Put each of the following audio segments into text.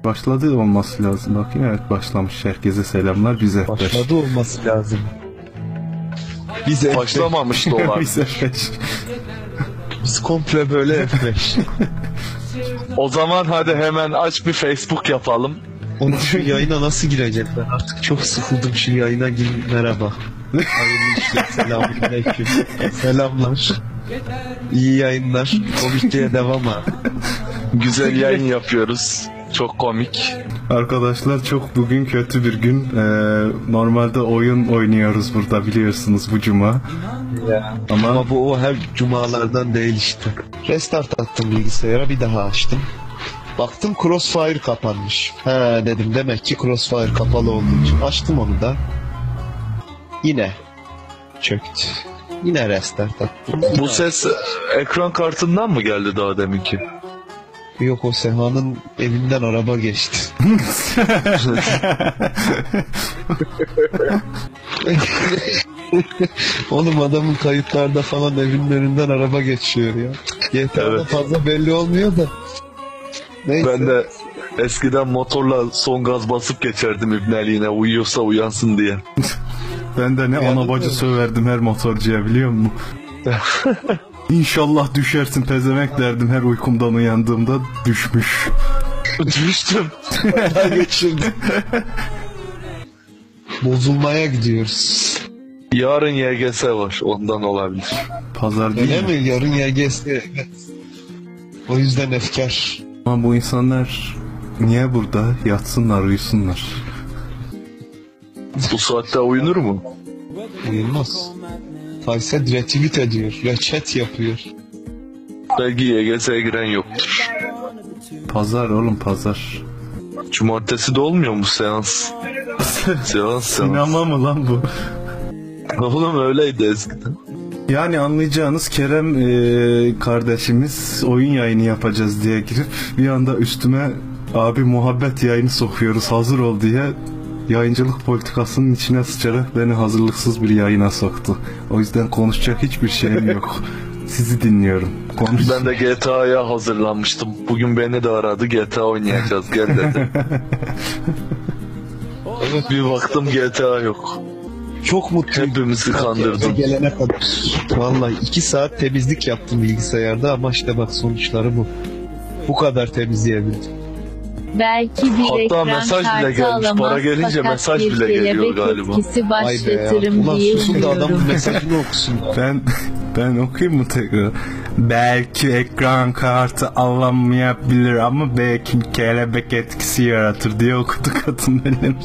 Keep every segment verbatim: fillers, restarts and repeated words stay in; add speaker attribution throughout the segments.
Speaker 1: Başladı olması lazım. Bakayım, evet başlamış. Herkese selamlar. Bize
Speaker 2: başladı olması lazım.
Speaker 3: Bize başlamamış da olabilir.
Speaker 1: Bize beş.
Speaker 2: Biz komple böyle F beş.
Speaker 3: O zaman hadi hemen aç bir Facebook yapalım.
Speaker 2: Onu şu yayına nasıl gireceğim ben? Artık çok sıkıldım şu yayına gir. Merhaba. Hayırlı işler. Selamünaleyküm. Selamlar. İyi yayınlar. Komikliğe devam ha.
Speaker 3: Güzel yayın yapıyoruz. Çok komik.
Speaker 1: Arkadaşlar çok bugün kötü bir gün. Ee, normalde oyun oynuyoruz burada, biliyorsunuz, bu cuma.
Speaker 2: Ya.
Speaker 1: Ama...
Speaker 2: Ama bu o her cumalardan değil işte. Restart attım bilgisayara, bir daha açtım. Baktım Crossfire kapanmış. He dedim, demek ki Crossfire kapalı olduğu için. Açtım onu da. Yine çöktü. Yine restart attım.
Speaker 3: Bu yine ses ekran kartından mı geldi daha deminki?
Speaker 2: Yok, o Seha'nın evinden araba geçti. Oğlum adamın kayıtlarda falan evinin önünden araba geçiyor ya. G T A'da evet, fazla belli olmuyor da. Neyse.
Speaker 3: Ben de eskiden motorla son gaz basıp geçerdim İbneliğine, uyuyorsa uyansın diye.
Speaker 1: Ben de ne yani ana bacı söverdim her motorcuya, biliyor musun? İnşallah düşersin pezevenk derdim her uykumdan uyandığımda. Düşmüş.
Speaker 3: Düştüm.
Speaker 2: Geçirdim. Bozulmaya gidiyoruz.
Speaker 3: Yarın Y G S var, ondan olabilir.
Speaker 1: Pazar değil
Speaker 2: öyle
Speaker 1: mi?
Speaker 2: mi? Yarın Y G S. Evet. O yüzden efkar.
Speaker 1: Ama bu insanlar niye burada? Yatsınlar, uyusunlar.
Speaker 3: Bu saatte uyunur mu?
Speaker 2: Uyulmaz. Faysal retweet ediyor. Reçet yapıyor.
Speaker 3: Belki Y G S'ye giren yoktur.
Speaker 1: Pazar oğlum, pazar.
Speaker 3: Cumartesi de olmuyor mu seans? Seans,
Speaker 1: sinema mı lan bu?
Speaker 3: Oğlum öyleydi eskiden.
Speaker 1: Yani anlayacağınız Kerem e, kardeşimiz oyun yayını yapacağız diye girip bir anda üstüme abi muhabbet yayını sokuyoruz hazır ol diye yayıncılık politikasının içine sıçarak beni hazırlıksız bir yayına soktu. O yüzden konuşacak hiçbir şeyim yok. Sizi dinliyorum. Konuş.
Speaker 3: Ben de G T A'ya hazırlanmıştım. Bugün beni de aradı, G T A oynayacağız gel dedi. Evet, bir baktım G T A yok.
Speaker 2: Çok mutluyum.
Speaker 3: Hepimizi kandırdım.
Speaker 2: Gelene kadar. Vallahi iki saat temizlik yaptım bilgisayarda ama işte bak sonuçları bu. Bu kadar temizleyebildim.
Speaker 4: Belki bir
Speaker 3: hatta
Speaker 4: ekran
Speaker 3: mesaj bile gelmiş.
Speaker 4: alamaz,
Speaker 3: Para gelince mesaj bile geliyor galiba.
Speaker 4: Etkisi başlatırım
Speaker 2: ulan
Speaker 4: diye
Speaker 2: susun da adamın
Speaker 4: umuyorum.
Speaker 2: mesajını okusun.
Speaker 1: Ben ben okuyayım mı tekrar? Belki ekran kartı alamayabilir ama belki kelebek etkisi yaratır diye okudu kadın benim.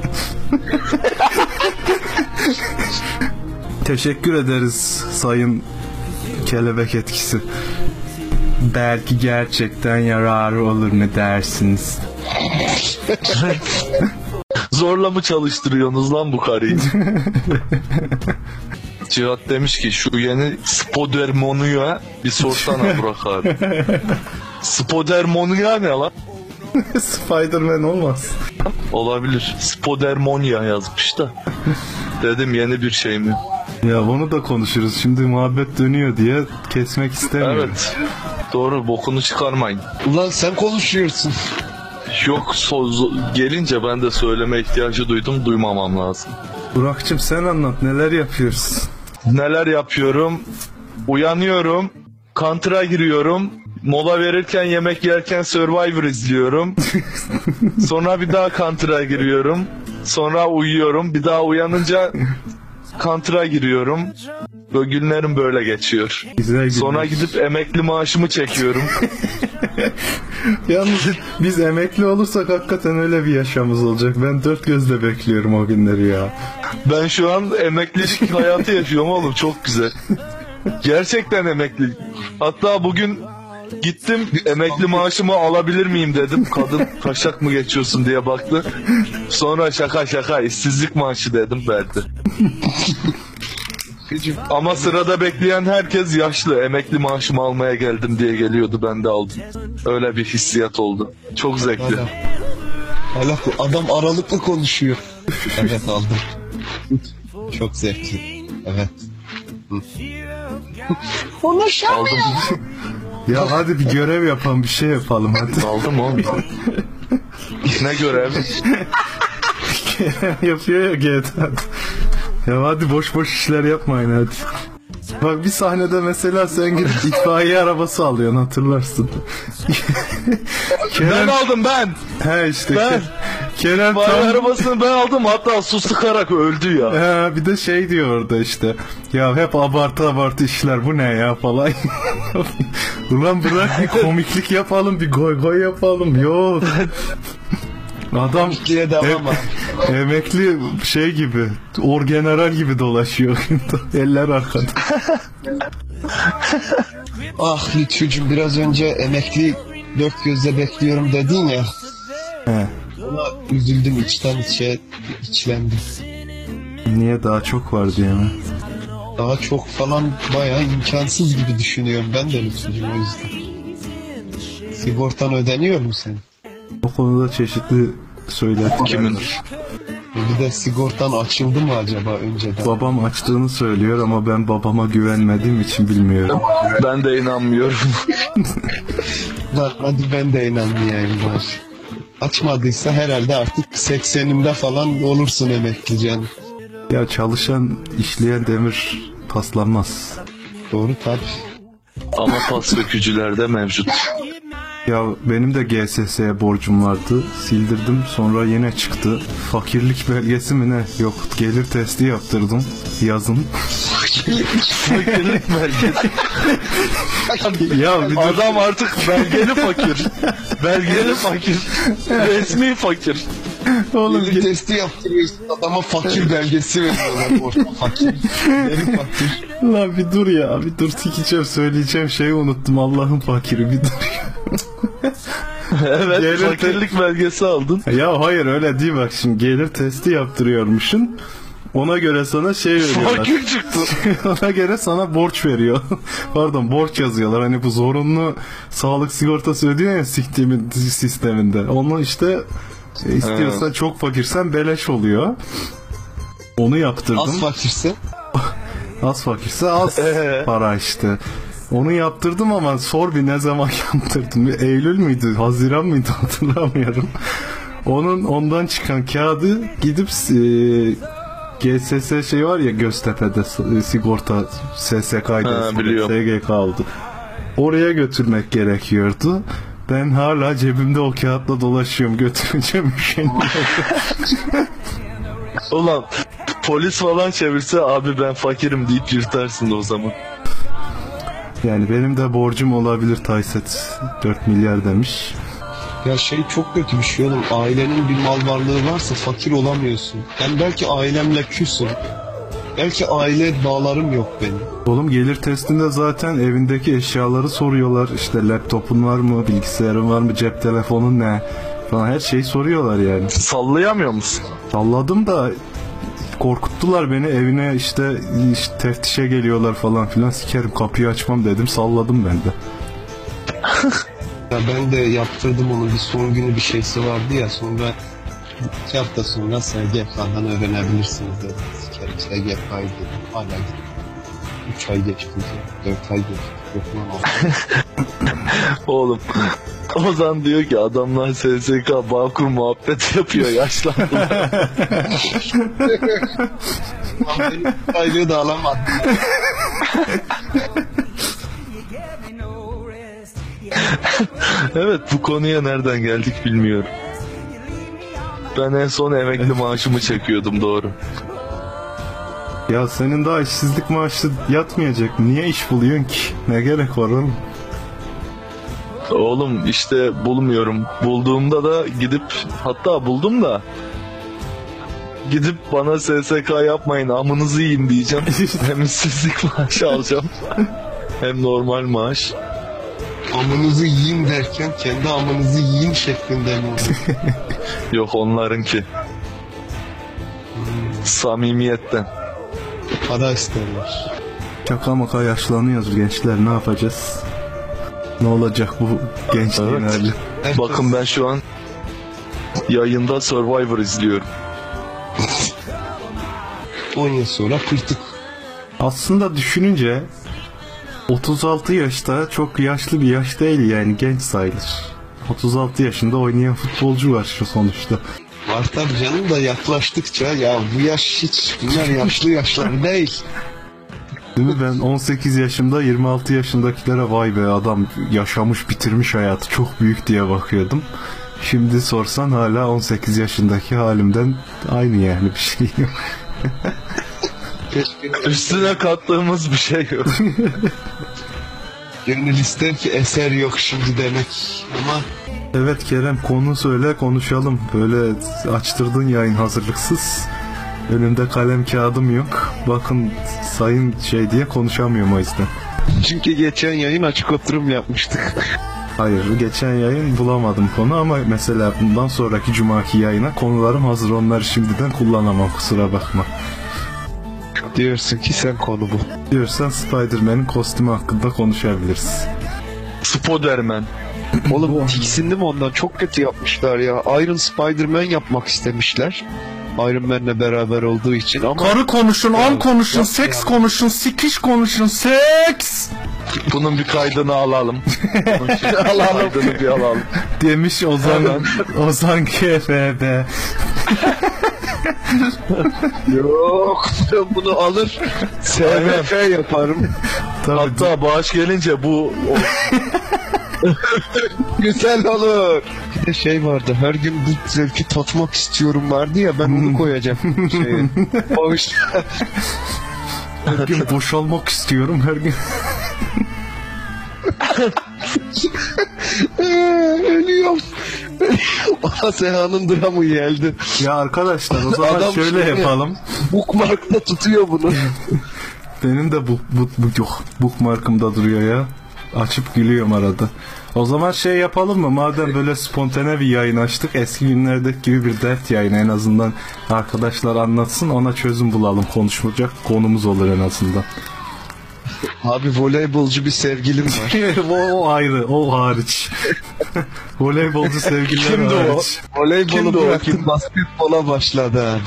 Speaker 1: Teşekkür ederiz sayın kelebek etkisi. Belki gerçekten yararı olur, ne dersiniz?
Speaker 3: Zorla mı çalıştırıyorsunuz lan bu karıyı? Cihat demiş ki şu yeni Spodermonu'ya bir sorsana Burak abi. Spodermonu'ya ne lan?
Speaker 1: Spider-Man olmaz.
Speaker 3: Olabilir. Spodermonia yazmış da. Dedim yeni bir şey mi?
Speaker 1: Ya onu da konuşuruz. Şimdi muhabbet dönüyor diye kesmek istemiyorum.
Speaker 3: Evet. Doğru, bokunu çıkarmayın.
Speaker 2: Ulan sen konuşuyorsun.
Speaker 3: Yok, so- gelince ben de söyleme ihtiyacı duydum, duymamam lazım.
Speaker 1: Burak'cığım sen anlat, neler yapıyorsun?
Speaker 3: Neler yapıyorum? Uyanıyorum, Counter'a giriyorum, mola verirken yemek yerken Survivor izliyorum. Sonra bir daha Counter'a giriyorum, sonra uyuyorum, bir daha uyanınca Counter'a giriyorum. Böyle günlerim böyle geçiyor.
Speaker 1: Güzel,
Speaker 3: sonra gidip emekli maaşımı çekiyorum.
Speaker 1: Yalnız biz emekli olursak hakikaten öyle bir yaşamımız olacak. Ben dört gözle bekliyorum o günleri ya.
Speaker 3: Ben şu an emeklilik hayatı yaşıyorum oğlum, çok güzel. Gerçekten emekli. Hatta bugün gittim, emekli maaşımı alabilir miyim dedim. Kadın taşak mı geçiyorsun diye baktı. Sonra şaka şaka işsizlik maaşı dedim, verdi. Ama sırada bekleyen herkes yaşlı. Emekli maaşımı almaya geldim diye geliyordu, ben de aldım. Öyle bir hissiyat oldu. Çok zevkli.
Speaker 2: Hala, hala adam aralıklı konuşuyor. Evet, aldım. Çok zevkli. Evet.
Speaker 3: Aldım.
Speaker 1: Ya hadi bir görev yapalım, bir şey yapalım hadi.
Speaker 3: Aldım oğlum. Ne görev?
Speaker 1: Kerem yapıyor ya G T A'da. Ya hadi boş boş işler yapmayın hadi. Bak bir sahnede mesela sen gidip itfaiye arabası alıyorsun, hatırlarsın.
Speaker 3: Ben
Speaker 1: Kerem,
Speaker 3: aldım ben.
Speaker 1: he işte
Speaker 3: Ben.
Speaker 1: Ke- Kerem
Speaker 3: Fare
Speaker 1: tam...
Speaker 3: arabasını ben aldım, hatta su sıkarak öldü ya.
Speaker 1: He, bir de şey diyor orada işte. Ya hep abartı abartı işler, bu ne ya falan. Ulan bırak bir komiklik yapalım, bir goy goy yapalım. Yok. Adam
Speaker 2: Diye devam var.
Speaker 1: emekli şey gibi, orgeneral gibi dolaşıyor. Eller arkada.
Speaker 2: Ah Lütfücüm, biraz önce emekli dört gözle bekliyorum dedin ya.
Speaker 1: He.
Speaker 2: Ona üzüldüm, içten içe içlendim.
Speaker 1: Niye, daha çok var diye mi?
Speaker 2: Daha çok falan bayağı imkansız gibi düşünüyorum ben de Lütfücüm, o yüzden. Sigortan ödeniyor mu senin?
Speaker 1: O konuda çeşitli söylentiler
Speaker 3: Kimin?
Speaker 1: var.
Speaker 2: Bir de sigortan açıldı mı acaba önceden?
Speaker 1: Babam açtığını söylüyor ama ben babama güvenmediğim için bilmiyorum.
Speaker 3: Ben de inanmıyorum.
Speaker 2: Lan hadi ben de inanmayayım var. Açmadıysa herhalde artık seksenimde falan olursun emekli canım.
Speaker 1: Ya çalışan, işleyen demir paslanmaz.
Speaker 2: Doğru tabii.
Speaker 3: Ama pas sökücüler de mevcut.
Speaker 1: Ya benim de G S S'ye borcum vardı. Sildirdim, sonra yine çıktı. Fakirlik belgesi mi ne? Yok, gelir testi yaptırdım yazın.
Speaker 3: Fakirlik belgesi.
Speaker 1: Ya bir dur.
Speaker 3: Adam artık belgeli fakir. Belgeli fakir. Resmi fakir.
Speaker 1: Oğlum
Speaker 2: Bir
Speaker 1: ge-
Speaker 2: testi yaptırıyorsun, adama fakir belgesi veriyorlar. Orta fakir. Benim fakir.
Speaker 1: Lan bir dur ya, bir dur, sikeceğim, söyleyeceğim şeyi unuttum, Allah'ın fakiri, bir dur.
Speaker 3: Evet,
Speaker 1: Gelir te-
Speaker 3: fakirlik belgesi aldın.
Speaker 1: Ya hayır, öyle değil, bak şimdi gelir testi yaptırıyormuşsun. Ona göre sana şey veriyorlar.
Speaker 3: Fakir çıktı.
Speaker 1: Ona göre sana borç veriyor. Pardon, borç yazıyorlar. Hani bu zorunlu sağlık sigortası ödüyor ya siktiğimin sisteminde. Onu işte e, istiyorsan, çok fakirsen beleş oluyor. Onu yaptırdım.
Speaker 2: Az fakirse
Speaker 1: Az fakirse az
Speaker 3: Ee?
Speaker 1: para işte. Onu yaptırdım ama sor bir ne zaman yaptırdım. Eylül müydü, Haziran mıydı hatırlamıyorum. Onun ondan çıkan kağıdı gidip e, G S S şey var ya, Göztepe'de e, sigorta S S K'ydı,
Speaker 3: Ha, biliyorum.
Speaker 1: S G K aldı. Oraya götürmek gerekiyordu. Ben hala cebimde o kağıtla dolaşıyorum, götüreceğim üşeniyorum.
Speaker 3: Ulan polis falan çevirse abi ben fakirim deyip yırtarsın da o zaman.
Speaker 1: Yani benim de borcum olabilir Tayset, dört milyar demiş.
Speaker 2: ya şey çok kötü bir şey oğlum. Ailenin bir mal varlığı varsa fakir olamıyorsun. Ben belki ailemle küsüm. Belki aile bağlarım yok benim.
Speaker 1: Oğlum gelir testinde zaten evindeki eşyaları soruyorlar. İşte laptopun var mı, bilgisayarın var mı, cep telefonun ne falan, her şeyi soruyorlar yani.
Speaker 3: Sallayamıyor musun?
Speaker 1: Salladım da korkuttular beni, evine işte, işte teftişe geliyorlar falan filan, sikerim kapıyı açmam dedim, salladım ben de.
Speaker 2: Ya ben de yaptırdım onu, bir son günü bir şeysi vardı ya, sonra iki hafta sonra S G K'dan öğrenebilirsiniz dedim. Sikerim S G K'yı dedim. Hala gittim. üç ay geçti, dört ay geçti. Yok lan o.
Speaker 3: Oğlum Ozan diyor ki adamlar S S K Bağkur muhabbet yapıyor, yaşlandı.
Speaker 2: Lan benim aylığı da alamadım.
Speaker 3: Evet, bu konuya nereden geldik bilmiyorum. Ben en son emekli maaşımı çekiyordum, doğru.
Speaker 1: Ya senin daha işsizlik maaşı yatmayacak mı? Niye iş buluyorsun ki? Ne gerek var oğlum?
Speaker 3: Oğlum işte bulmuyorum. Bulduğumda da gidip, hatta buldum da gidip bana S S K yapmayın amınızı yiyin diyeceğim. Hem işsizlik maaşı alacağım hem normal maaş.
Speaker 2: Amınızı yiyin derken kendi amınızı yiyin şeklinde mi oldu?
Speaker 3: Yok, onlarınki. Samimiyetten.
Speaker 2: Para isterler.
Speaker 1: Şaka maka yaşlanıyoruz gençler, ne yapacağız? Ne olacak bu gençliğin
Speaker 3: Evet.
Speaker 1: hali?
Speaker 2: Herkes-
Speaker 3: Bakın ben şu an yayında Survivor izliyorum.
Speaker 2: on yıl sonra pırtık.
Speaker 1: Aslında düşününce otuz altı yaşta çok yaşlı bir yaş değil yani, genç sayılır. otuz altı yaşında oynayan futbolcu var şu sonuçta.
Speaker 2: Var tabii canım da yaklaştıkça ya bu yaş hiç bunlar yaşlı yaşlar değil.
Speaker 1: Değil mi? Ben on sekiz yaşımda yirmi altı yaşındakilere vay be adam yaşamış bitirmiş hayatı çok büyük diye bakıyordum. Şimdi sorsan hala on sekiz yaşındaki halimden aynı yani bir şey yok.
Speaker 3: Üstüne kattığımız bir şey yok.
Speaker 2: Gönül ister ki eser yok şimdi demek ama
Speaker 1: Evet Kerem konu söyle konuşalım. Böyle açtırdın yayın hazırlıksız. Önümde kalem kağıdım yok. Bakın sayın şey diye konuşamıyorum o yüzden.
Speaker 2: çünkü geçen yayın açık oturum yapmıştık.
Speaker 1: Hayır geçen yayın bulamadım konu ama mesela bundan sonraki cumaki yayına konularım hazır. Onları şimdiden kullanamam kusura bakma.
Speaker 2: Diyorsun ki sen konu bu.
Speaker 1: Diyorsan Spider-Man'in kostümü hakkında konuşabiliriz.
Speaker 3: Spoderman.
Speaker 2: Oğlum tiksindim ondan, çok kötü yapmışlar ya. Iron Spider-Man yapmak istemişler. Iron Man'le beraber olduğu için ama
Speaker 1: Karı konuşun, an konuşun,
Speaker 2: Yok
Speaker 1: seks
Speaker 2: yani.
Speaker 1: konuşun, sikiş konuşun, seks
Speaker 3: Bunun bir kaydını alalım. Bunun şey, kaydını bir alalım.
Speaker 1: demiş Ozan Ozan K F B.
Speaker 2: yok ben bunu alır S V F yaparım.
Speaker 1: Tabii.
Speaker 3: Hatta bağış gelince bu o,
Speaker 2: Güzel olur. Bir de şey vardı, her gün bu zevki tatmak istiyorum vardı ya, ben onu koyacağım şeye. O işte.
Speaker 1: Her gün boşalmak istiyorum her gün.
Speaker 2: Ölüyorum. Bana Seha'nın dramı geldi.
Speaker 1: Ya arkadaşlar o zaman
Speaker 2: Adam
Speaker 1: şöyle
Speaker 2: şey-
Speaker 1: yapalım.
Speaker 2: Bookmark'ta tutuyor bunu.
Speaker 1: Benim de bu bu bu yok bookmark'ımda duruyor ya. Açıp gülüyorum arada. O zaman şey yapalım mı? Madem böyle spontane bir yayın açtık, eski günlerdeki gibi bir dert yayını en azından arkadaşlar anlatsın, ona çözüm bulalım, konuşulacak konumuz olur en azından.
Speaker 2: Abi voleybolcu bir sevgilim var.
Speaker 1: o, o ayrı, o hariç. Voleybolcu sevgililer
Speaker 3: Kimdi o?
Speaker 1: hariç.
Speaker 2: Voleybolu
Speaker 3: Kimdi o?
Speaker 2: bıraktım, basketbola başladı. ha.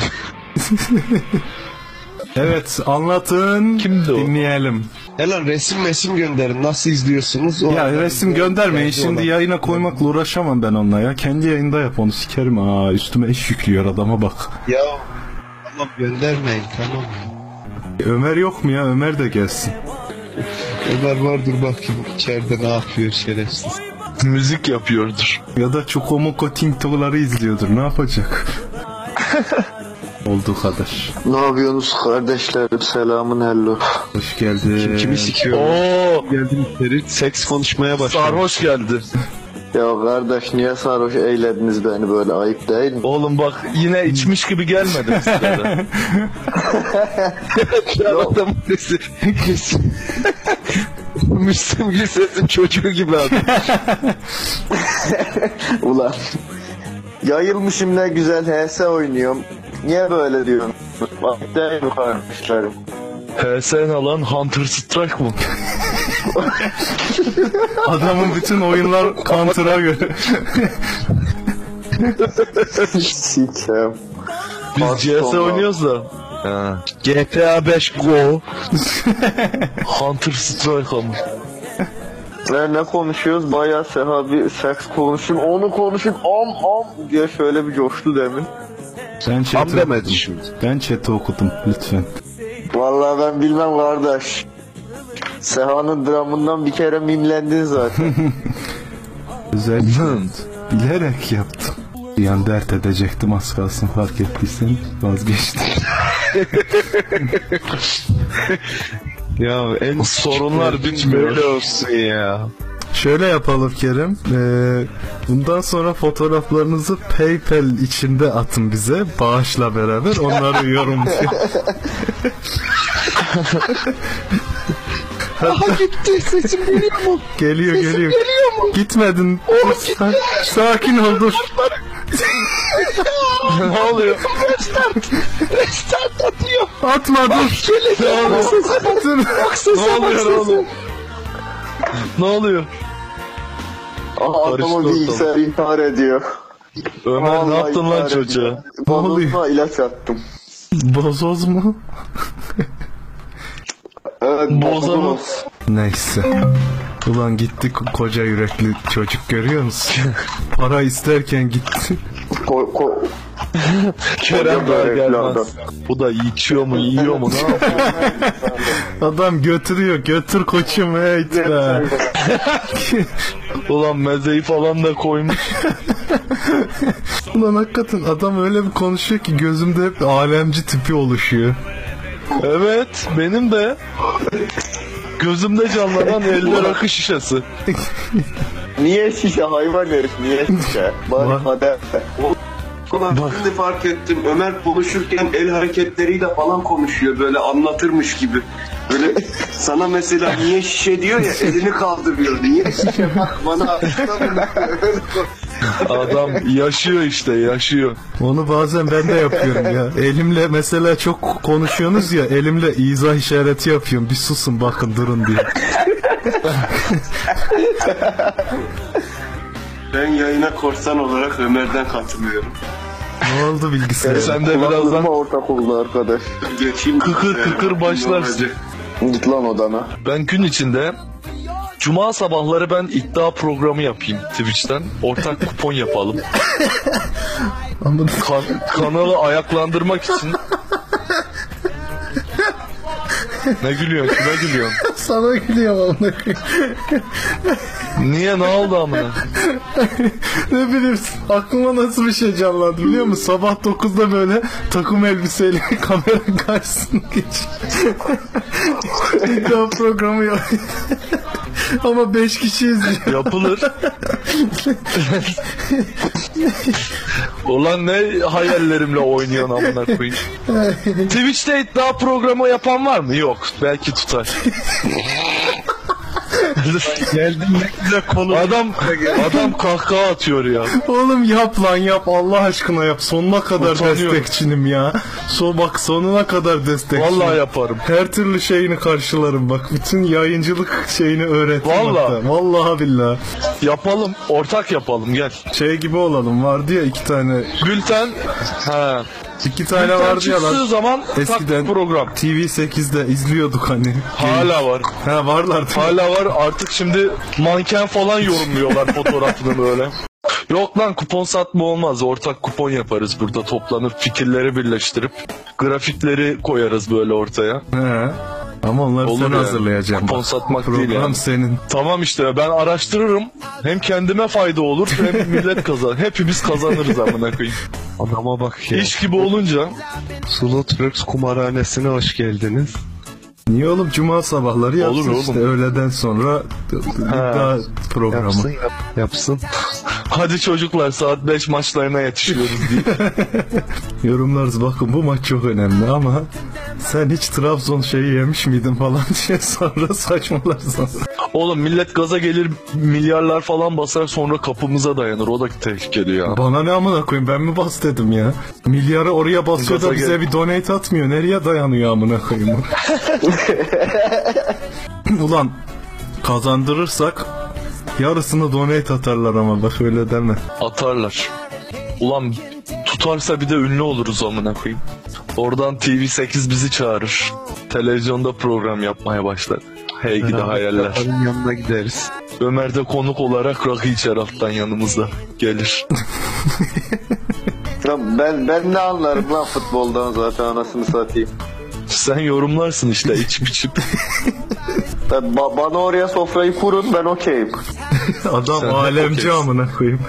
Speaker 1: Evet, anlatın.
Speaker 3: Kimdi o?
Speaker 1: Dinleyelim.
Speaker 2: Hemen resim resim gönderin. Nasıl izliyorsunuz? O
Speaker 1: Ya
Speaker 2: arada
Speaker 1: resim
Speaker 2: bir-
Speaker 1: göndermeyin.
Speaker 2: Bence
Speaker 1: Şimdi
Speaker 2: olan.
Speaker 1: yayına koymakla uğraşamam ben onunla ya. Kendi yayında yap onu, sikerim. Aa, üstüme iş yüklüyor adama bak.
Speaker 2: Ya tamam göndermeyin, tamam.
Speaker 1: Ömer yok mu ya? Ömer de gelsin.
Speaker 2: Ömer var, dur bakayım içeride ne yapıyor şerefsiz.
Speaker 3: müzik yapıyordur.
Speaker 1: Ya da Çokomoko Tinto'ları izliyordur. Ne yapacak? Olduğu kadar.
Speaker 5: Ne yapıyorsunuz kardeşlerim? Selamun hello.
Speaker 1: Hoş geldin.
Speaker 2: Kim kimi sikiyor?
Speaker 3: Oo,
Speaker 2: Geldim içeri, seks konuşmaya başladı.
Speaker 3: sarhoş geldi.
Speaker 5: Ya kardeş niye sarhoş eylediniz beni böyle, ayıp değil mi?
Speaker 3: Oğlum bak yine içmiş gibi gelmedi mi size de?
Speaker 2: Şu adam sesi kesin. Müslüm Gürses'in çocuğu gibi adam.
Speaker 5: Ulan. Yayılmışım ne güzel H S oynuyorum. Niye böyle diyorsun? Bak değil mi kardeşlerim?
Speaker 3: H S ne lan? Hunter Strike mı?
Speaker 1: Adamın bütün oyunlar Counter'a göre.
Speaker 5: Sikem.
Speaker 3: Biz C S oynuyoruz da. Ha. G T A beş Go. Hunter Strike ama.
Speaker 5: Ve ne konuşuyoruz? Bayağı Seha bir seks konuşayım. Onu konuşayım. Am am diye şöyle bir coştu demin.
Speaker 1: Ben
Speaker 2: Tam
Speaker 1: chat'i
Speaker 2: demedi
Speaker 1: okudum.
Speaker 2: şimdi.
Speaker 1: Ben chat'i okudum lütfen.
Speaker 5: Vallahi ben bilmem kardeş. Seha'nın dramından bir kere mimlendin zaten.
Speaker 1: Özellikle bilerek yaptım. Bir an dert edecektim, az kalsın fark ettiysen vazgeçtim.
Speaker 2: Ya en
Speaker 3: Sorunlar
Speaker 2: küçük
Speaker 3: bitmiyor.
Speaker 2: böyle olsun ya.
Speaker 1: Şöyle yapalım Kerem. Ee, bundan sonra fotoğraflarınızı PayPal içinde atın bize. Bağışla beraber onları yorumlayalım.
Speaker 2: Aha gitti, sesim geliyor mu?
Speaker 1: Geliyor
Speaker 2: Sesim
Speaker 1: geliyor.
Speaker 2: geliyor mu?
Speaker 1: Gitmedin. Sa- sakin ol dur.
Speaker 3: Ne oluyor?
Speaker 2: Restart. Restart atıyor.
Speaker 1: Atma dur.
Speaker 2: Geliyor. Bak sese bak.
Speaker 1: Dur.
Speaker 2: Bak sese
Speaker 3: Ne oluyor
Speaker 2: bak sese.
Speaker 3: oğlum? Ne oluyor?
Speaker 5: Aha adamı
Speaker 3: Karıştı
Speaker 5: bilgisayar intihar ediyor.
Speaker 3: Ömer ne
Speaker 5: Vallahi
Speaker 3: yaptın lan
Speaker 5: intihar
Speaker 3: çocuğa?
Speaker 5: ediyor.
Speaker 1: Ne oluyor?
Speaker 5: Bozulma ilaç attım.
Speaker 1: Bozoz mu?
Speaker 5: Evet,
Speaker 3: Boza mı?
Speaker 5: bozoz.
Speaker 1: Neyse. Ulan gitti koca yürekli çocuk, görüyor musun? Para isterken gitti.
Speaker 5: Ko ko
Speaker 3: Kerem
Speaker 5: Koca
Speaker 3: daha
Speaker 5: yürekli
Speaker 3: gelmez.
Speaker 5: adam.
Speaker 3: Bu da içiyor mu yiyor mu ne yapıyor?
Speaker 1: Adam götürüyor, götür koçum hey be.
Speaker 3: Ulan mezeyi falan da koymuş.
Speaker 1: Ulan hakikaten adam öyle bir konuşuyor ki gözümde hep alemci tipi oluşuyor.
Speaker 3: Evet benim de gözümde canlanan elde rakı şişesi.
Speaker 5: niye şişe hayvan herif, niye şişe? Bari
Speaker 1: Bak.
Speaker 5: hadi.
Speaker 6: Ulan şimdi fark ettim. Ömer konuşurken el hareketleriyle falan konuşuyor. Böyle anlatırmış gibi. Böyle sana mesela niye şişe diyor ya, elini kaldırıyor. Niye şişe, bak bana.
Speaker 3: Adam yaşıyor işte yaşıyor.
Speaker 1: Onu bazen ben de yapıyorum ya. Elimle mesela çok konuşuyorsunuz ya, elimle izah işareti yapıyorum. Bir susun bakın durun diye.
Speaker 6: Ben yayına korsan olarak Ömer'den katılıyorum.
Speaker 1: Ne oldu bilgisayar?
Speaker 3: Sen de
Speaker 5: Kulaklarıma
Speaker 3: birazdan
Speaker 5: ortak oldu arkadaş.
Speaker 6: Geçeyim.
Speaker 3: kıkır kıkır başlarsın.
Speaker 5: Git lan odana.
Speaker 3: Ben gün içinde Cuma sabahları ben iddia programı yapayım Twitch'ten. Ortak kupon yapalım.
Speaker 1: Ama
Speaker 3: Kan- kanalı ayaklandırmak için. Ne gülüyorsun? Kime gülüyorsun?
Speaker 1: sana gülüyorum amına koyayım.
Speaker 3: Niye, ne oldu amına?
Speaker 1: Ne bileyim, aklıma nasıl bir şey canlandı biliyor musun? Sabah dokuzda böyle takım elbiseyle kameranın karşısına geç. İddia programı yap. Ama beş kişi izliyor.
Speaker 3: Yapılır. Ulan ne hayallerimle oynuyorsun amına koyayım. Twitch'te iddia programı yapan var mı? Yok. Belki tutar.
Speaker 2: Geldim ne güzel konu.
Speaker 3: Adam adam kahkaha atıyor ya.
Speaker 1: Oğlum yap lan yap, Allah aşkına yap. Sonuna kadar
Speaker 3: Utanıyorum.
Speaker 1: destekçinim ya. So bak sonuna kadar destekçinim.
Speaker 3: Vallahi yaparım.
Speaker 1: Her türlü şeyini karşılarım bak. Bütün yayıncılık şeyini öğrettim.
Speaker 3: Vallahi.
Speaker 1: hatta. Vallahi billahi.
Speaker 3: Yapalım. Ortak yapalım gel.
Speaker 1: Şey gibi olalım, vardı ya iki tane.
Speaker 3: Gülten ha.
Speaker 1: İki tane
Speaker 3: Gülten
Speaker 1: vardı ya
Speaker 3: çıktığı
Speaker 1: lan.
Speaker 3: zaman
Speaker 1: Eskiden
Speaker 3: tak program.
Speaker 1: T V sekizde izliyorduk hani.
Speaker 3: Hala var.
Speaker 1: Ha varlar.
Speaker 3: Hala var. Artık şimdi manken falan yorumluyorlar fotoğrafını böyle. Yok lan, kupon satma olmaz. Ortak kupon yaparız burada, toplanıp fikirleri birleştirip grafikleri koyarız böyle ortaya.
Speaker 1: He. Ama onları
Speaker 3: Olur
Speaker 1: sen
Speaker 3: yani.
Speaker 1: hazırlayacaksın.
Speaker 3: Kupon
Speaker 1: bak.
Speaker 3: satmak
Speaker 1: Program
Speaker 3: değil yani.
Speaker 1: senin.
Speaker 3: Tamam işte, ben araştırırım. Hem kendime fayda olur hem millet kazanır. Hepimiz kazanırız amına koyayım.
Speaker 2: Adama bak ya.
Speaker 3: İş gibi olunca
Speaker 2: Slotworks kumarhanesine hoş geldiniz.
Speaker 1: Niye oğlum, cuma sabahları yapsın
Speaker 3: Olur
Speaker 1: işte,
Speaker 3: oğlum.
Speaker 1: öğleden sonra iddia programı.
Speaker 2: Yapsın yap, yapsın.
Speaker 3: hadi çocuklar saat beş maçlarına yetişiyoruz diye.
Speaker 1: Yorumlarız, bakın bu maç çok önemli ama sen hiç Trabzon şeyi yemiş miydin falan diye sonra saçmalarsın.
Speaker 3: Oğlum millet gaza gelir, milyarlar falan basar, sonra kapımıza dayanır. O da tehlikeli ya.
Speaker 1: Bana ne amına koyayım, ben mi bas dedim ya. Milyarı oraya basıyor da
Speaker 3: Gaza
Speaker 1: bize
Speaker 3: gel-
Speaker 1: bir donate atmıyor. Nereye dayanıyor amına koyayım? Ulan kazandırırsak yarısını donate atarlar ama bak öyle deme.
Speaker 3: Atarlar. Ulan tutarsa bir de ünlü oluruz amına koyayım. Oradan T V sekiz bizi çağırır. Televizyonda program yapmaya başlar. Hey gidi hayaller.
Speaker 2: Onun yanına gideriz.
Speaker 3: Ömer de konuk olarak rakı içer alttan yanımızda. Gelir.
Speaker 5: Lan ben ben ne anlarım lan futboldan zaten, anasını satayım.
Speaker 3: Sen yorumlarsın işte içip içip.
Speaker 5: Ben, ba- bana oraya sofrayı kurun, ben okeyim.
Speaker 1: Adam
Speaker 3: Sen
Speaker 1: alemci
Speaker 3: okeysin.
Speaker 1: amına koyayım.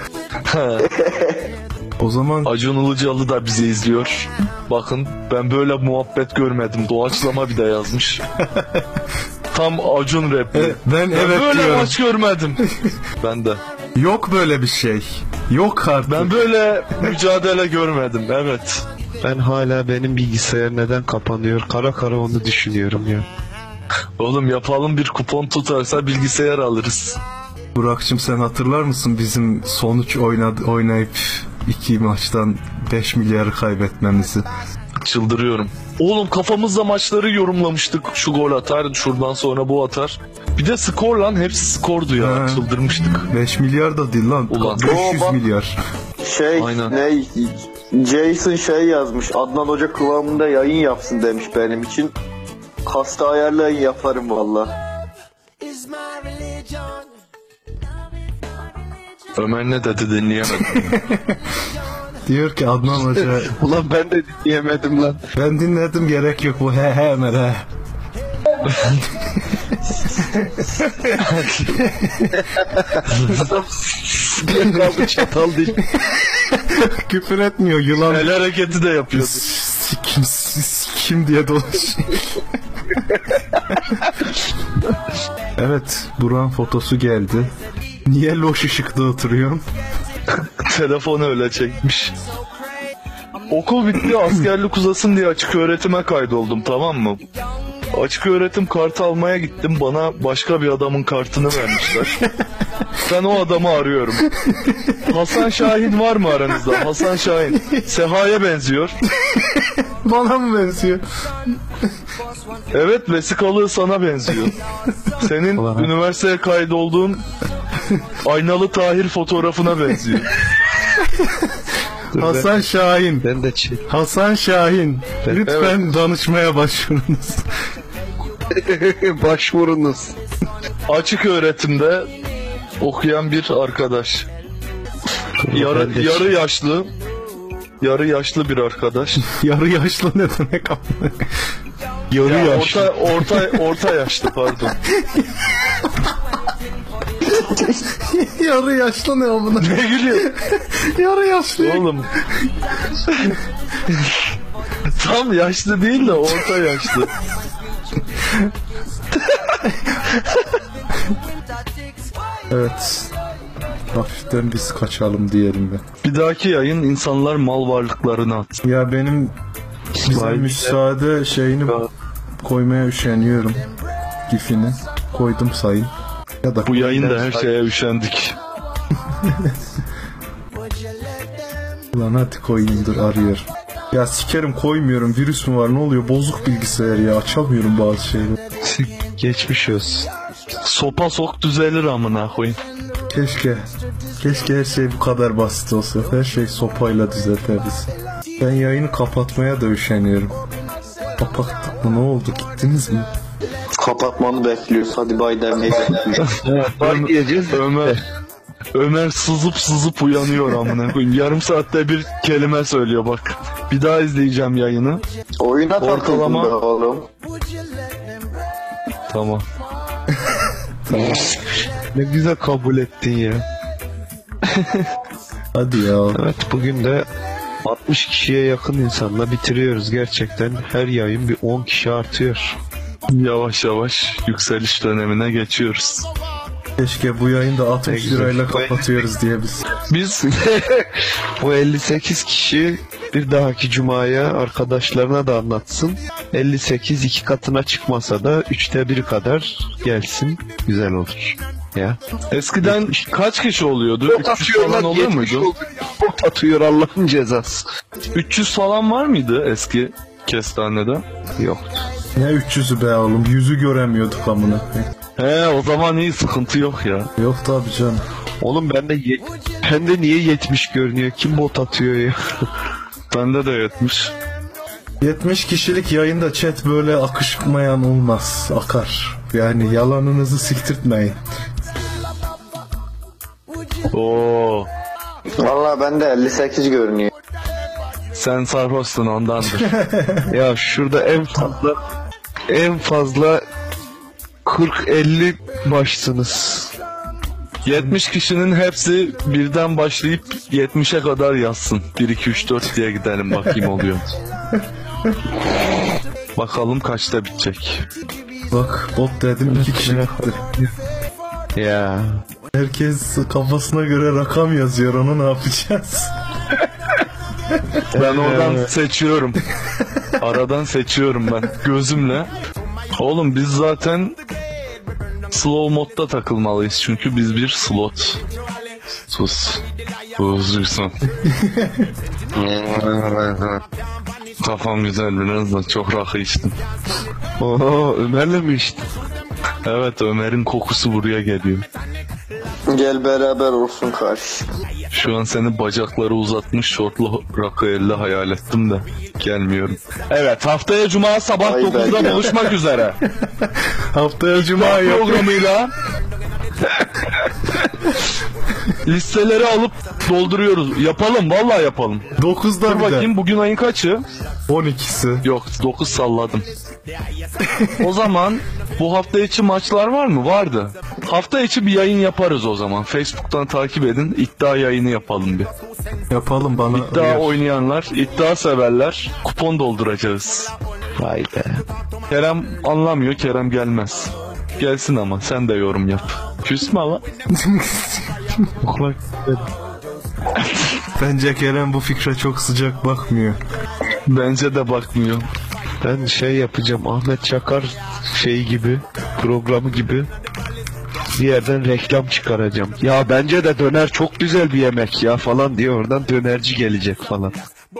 Speaker 1: O zaman
Speaker 3: Acun Ilıcalı da bizi izliyor. Bakın ben böyle muhabbet görmedim. Doğaçlama bir de yazmış. Tam Acun rap.
Speaker 1: E, ben evet
Speaker 3: böyle
Speaker 1: diyorum.
Speaker 3: maç görmedim. Ben de.
Speaker 1: Yok böyle bir şey. Yok artık.
Speaker 3: Ben böyle mücadele görmedim. Evet.
Speaker 2: Ben hala benim bilgisayar neden kapanıyor? Kara kara onu düşünüyorum ya.
Speaker 3: Oğlum yapalım, bir kupon tutarsa bilgisayar alırız.
Speaker 1: Burak'cığım sen hatırlar mısın bizim sonuç oynadı, oynayıp iki maçtan beş milyarı kaybetmemizi?
Speaker 3: Çıldırıyorum. Oğlum kafamızda maçları yorumlamıştık. Şu gol atar, şuradan sonra bu atar. Bir de skor lan, hepsi skordu ya.
Speaker 1: He.
Speaker 3: Çıldırmıştık.
Speaker 1: beş milyar da değil lan.
Speaker 3: Ulan.
Speaker 1: beş yüz
Speaker 5: Oo, bak.
Speaker 1: milyar.
Speaker 5: Şey
Speaker 3: Aynen.
Speaker 5: ne Jason şey yazmış, Adnan Hoca kıvamında yayın yapsın demiş benim için. Hasta ayarlayın, yaparım valla.
Speaker 3: Ömer ne dedi dinleyemedim.
Speaker 1: Diyor ki Adnan Hoca
Speaker 2: Ulan ben de dinleyemedim lan.
Speaker 1: ben dinledim gerek yok bu he he Ömer he.
Speaker 2: Adam diye kaldı çatal değil.
Speaker 1: Küfür etmiyor yılan.
Speaker 3: El hareketi de yapıyordu.
Speaker 1: Sikim sikim diye dolaşıyor. Evet, Burak'ın fotosu geldi. Niye loş ışıkta oturuyorsun?
Speaker 3: Telefonu öyle çekmiş. Okul bitti, askerlik uzasın diye açık öğretime kaydoldum, tamam mı? Açık öğretim kartı almaya gittim, bana başka bir adamın kartını vermişler. Ben o adamı arıyorum. Hasan Şahin var mı aranızda? Hasan Şahin. Seha'ya benziyor.
Speaker 1: Bana mı benziyor?
Speaker 3: Evet, vesikalığı sana benziyor. Senin üniversiteye kaydolduğun Aynalı Tahir fotoğrafına benziyor.
Speaker 1: Hasan Şahin.
Speaker 2: Ben de çek.
Speaker 1: Hasan Şahin. Lütfen danışmaya başvurunuz.
Speaker 2: Başvurunuz.
Speaker 3: Açık öğretimde okuyan bir arkadaş. Yarı, yarı yaşlı. Yarı yaşlı bir arkadaş.
Speaker 1: Yarı yaşlı ne demek abi? Yarı
Speaker 3: Ya
Speaker 1: yaşlı.
Speaker 3: orta orta orta yaşlı pardon.
Speaker 1: Yarı yaşlı ne amına?
Speaker 3: Ne gülüyor?
Speaker 1: Yarı yaşlı.
Speaker 3: Oğlum. Tam yaşlı değil de orta yaşlı.
Speaker 1: Evet. Hafiften biz kaçalım diyelim be.
Speaker 3: Bir dahaki yayın insanlar mal varlıklarını at.
Speaker 1: Ya benim bize
Speaker 3: Vay.
Speaker 1: müsaade şeyini koymaya üşeniyorum. Gifini koydum sayın. Ya da
Speaker 3: Bu yayında her şeye üşendik.
Speaker 1: Lan hadi koyayım dur arıyor. Ya sikerim koymuyorum, virüs mü var ne oluyor, bozuk bilgisayar ya, açamıyorum bazı şeyleri.
Speaker 2: Geçmiş olsun.
Speaker 3: Sopa sok düzelir amına koyayım.
Speaker 1: Keşke Keşke her şey bu kadar basit olsa. Her şey sopayla düzelteriz. Ben yayını kapatmaya da üşeniyorum. Kapattık mı, ne oldu, gittiniz mi?
Speaker 5: Kapatmanı bekliyoruz. Hadi bay demeyi bekliyoruz.
Speaker 2: Bay diyeceğiz.
Speaker 3: Ömer Ömer sızıp sızıp uyanıyor amına koyayım. Yarım saatte bir kelime söylüyor bak. Bir daha izleyeceğim yayını.
Speaker 5: Oyuna takıldım
Speaker 3: Ortalama-
Speaker 5: be oğlum.
Speaker 3: Tamam.
Speaker 2: Ne güzel kabul ettin ya.
Speaker 1: Hadi ya.
Speaker 2: Evet, bugün de altmış kişiye yakın insanla bitiriyoruz gerçekten. Her yayın bir on kişi artıyor.
Speaker 3: Yavaş yavaş yükseliş dönemine geçiyoruz.
Speaker 1: Keşke bu yayını da
Speaker 2: Ne
Speaker 1: altmış
Speaker 2: güzel.
Speaker 1: lirayla kapatıyoruz diye biz.
Speaker 3: Biz
Speaker 2: Bu elli sekiz kişi bir dahaki cumaya arkadaşlarına da anlatsın. elli sekiz iki katına çıkmasa da üçte bir kadar gelsin. Güzel olur. Ya.
Speaker 3: eskiden kaç kişi oluyordu? üç yüz falan oluyor muydu?
Speaker 2: Bot atıyor Allah'ın cezası.
Speaker 3: üç yüz falan var mıydı eski kestanede?
Speaker 2: Yok.
Speaker 1: Ne üç yüzü be oğlum, yüzü göremiyorduk amına.
Speaker 3: He, o zaman iyi, sıkıntı yok ya.
Speaker 1: Yok tabi canım.
Speaker 2: Oğlum bende ye- bende niye yetmiş görünüyor? Kim bot atıyor ya?
Speaker 3: Bende de yetmiş.
Speaker 1: yetmiş kişilik yayında chat böyle akışmayan olmaz, akar. Yani yalanınızı siktirtmeyin.
Speaker 3: Oo,
Speaker 5: Valla bende elli sekiz görünüyor.
Speaker 3: sen sarhoşsun ondandır.
Speaker 2: Ya şurada en fazla en fazla kırk elli başsınız.
Speaker 3: yetmiş kişinin hepsi birden başlayıp yetmişe kadar yazsın. bir iki üç dört diye gidelim bakayım oluyor. Bakalım kaçta bitecek.
Speaker 1: Bak bot dedim, iki kişi gitti.
Speaker 2: Ya.
Speaker 1: Herkes kafasına göre rakam yazıyor, onu ne yapacağız?
Speaker 3: Ben oradan seçiyorum. Aradan seçiyorum ben gözümle. Oğlum biz zaten slow modda takılmalıyız çünkü biz bir slot. Sus. Bozuysun. Kafam güzel biraz da çok rakı içtim.
Speaker 2: Oho, Ömer'le mi içtin?
Speaker 3: Evet, Ömer'in kokusu buraya geliyor.
Speaker 5: Gel beraber olsun kardeşim.
Speaker 3: Şu an seni bacakları uzatmış şortlu rakı elle hayal ettim de gelmiyorum. Evet, haftaya cuma sabah
Speaker 5: Ay
Speaker 3: dokuzda
Speaker 5: belki.
Speaker 3: buluşmak üzere.
Speaker 1: Haftaya cuma yok.
Speaker 3: Programıyla Listeleri alıp dolduruyoruz. Yapalım, vallahi yapalım.
Speaker 1: dokuzda
Speaker 3: Dur
Speaker 1: bir de.
Speaker 3: bakayım, bugün ayın kaçı?
Speaker 1: on ikisi.
Speaker 3: Yok, dokuz salladım. O zaman bu hafta içi maçlar var mı? Vardı. Hafta içi bir yayın yaparız o zaman. Facebook'tan takip edin. İddia yayını yapalım bir.
Speaker 1: Yapalım bana.
Speaker 3: İddia
Speaker 1: uyar.
Speaker 3: oynayanlar, iddia severler kupon dolduracağız.
Speaker 2: Vay be.
Speaker 3: Kerem anlamıyor, Kerem gelmez. Gelsin ama sen de yorum yap. Küsme lan.
Speaker 1: Bence Kerem bu fikre çok sıcak bakmıyor.
Speaker 3: Bence de bakmıyor.
Speaker 2: Ben şey yapacağım, Ahmet Çakar şey gibi, programı gibi bir yerden reklam çıkaracağım. Ya bence de döner çok güzel bir yemek ya falan diye oradan dönerci gelecek falan.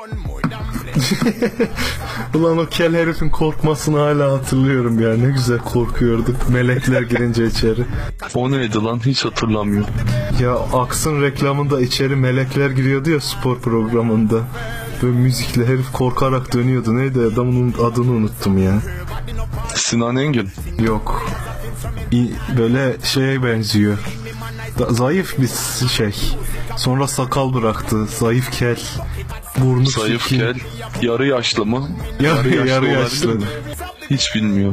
Speaker 1: Ulan o kel herifin korkmasını hala hatırlıyorum ya. Ne güzel korkuyorduk melekler girince içeri.
Speaker 3: O neydi lan, hiç hatırlamıyorum.
Speaker 1: Ya Aks'ın reklamında içeri melekler giriyordu ya, spor programında. Böyle müzikle herif korkarak dönüyordu. Neydi adamın adını unuttum ya.
Speaker 3: Sinan Engin.
Speaker 1: Yok. İ- böyle şeye benziyor. Da- zayıf bir şey. Sonra sakal bıraktı. Zayıf kel. Burnu
Speaker 3: Zayıf
Speaker 1: çirkin.
Speaker 3: kel. Yarı yaşlı mı?
Speaker 1: Yarı, yarı
Speaker 3: olabilir
Speaker 1: yaşlı.
Speaker 3: mi? Hiç bilmiyorum.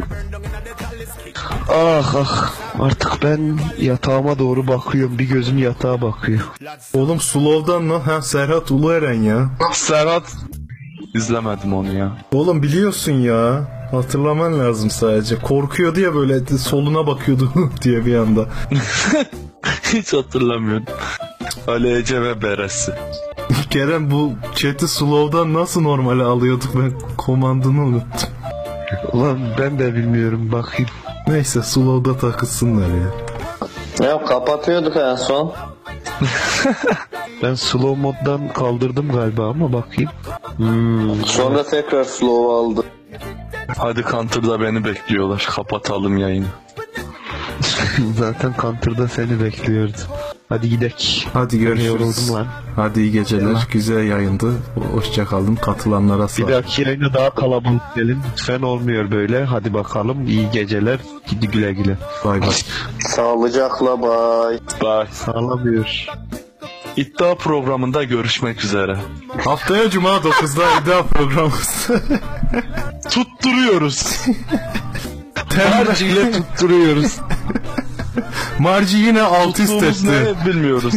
Speaker 2: Ah ah, artık ben yatağıma doğru bakıyorum, bir gözüm yatağa bakıyor.
Speaker 1: Oğlum Slow'dan lan. Ha, Serhat Ulueren ya.
Speaker 3: Serhat. İzlemedim onu ya.
Speaker 1: Oğlum biliyorsun ya. Hatırlaman lazım sadece. Korkuyordu ya, böyle soluna bakıyordu diye bir anda.
Speaker 3: Hiç hatırlamıyorum. Ali Ece ve Beresi.
Speaker 1: Kerem, bu chat'i Slow'dan nasıl normale alıyorduk, ben komandını unuttum.
Speaker 2: Ulan ben de bilmiyorum, bakayım.
Speaker 1: Neyse, Slow'da takılsınlar ya.
Speaker 5: Ya kapatıyorduk en son.
Speaker 2: Ben slow moddan kaldırdım galiba ama bakayım. Hmm.
Speaker 5: Sonra tekrar slow aldı.
Speaker 3: Hadi Counter'da beni bekliyorlar. Kapatalım yayını.
Speaker 2: Zaten Counter'da seni bekliyordu. Hadi gidek.
Speaker 1: Hadi
Speaker 2: Yoruldum
Speaker 1: görüşürüz.
Speaker 2: lan.
Speaker 1: Hadi iyi geceler. Güzel yayındı. Hoşça kalın. Katılanlara sağ
Speaker 2: Bir dahaki yayına daha kalabalık gelin. Lütfen, olmuyor böyle. Hadi bakalım. İyi geceler. Gidi güle güle.
Speaker 1: Bay bay.
Speaker 5: Sağlıcakla bay.
Speaker 3: Bye.
Speaker 2: Sağlamıyor.
Speaker 3: İddia programında görüşmek üzere.
Speaker 1: Haftaya Cuma dokuzda iddia programımız.
Speaker 3: Tutturuyoruz.
Speaker 2: Tercihle tutturuyoruz.
Speaker 1: Marci yine alt üst
Speaker 3: Tuttuğumuz
Speaker 1: etti.
Speaker 3: ne bilmiyoruz.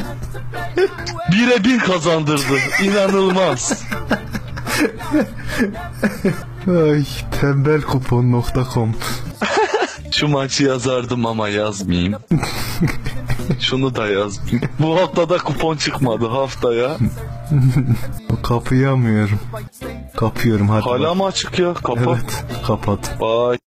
Speaker 3: Bire bir kazandırdı. İnanılmaz.
Speaker 1: Ay, tembelkupon nokta com.
Speaker 3: Şu maçı yazardım ama yazmayayım. Şunu da yazmayayım. Bu haftada kupon çıkmadı haftaya.
Speaker 1: Kapayamıyorum. Kapıyorum hadi.
Speaker 3: Hala
Speaker 1: bak.
Speaker 3: mı açık ya? Kapat.
Speaker 1: Evet, kapat.
Speaker 3: Bye.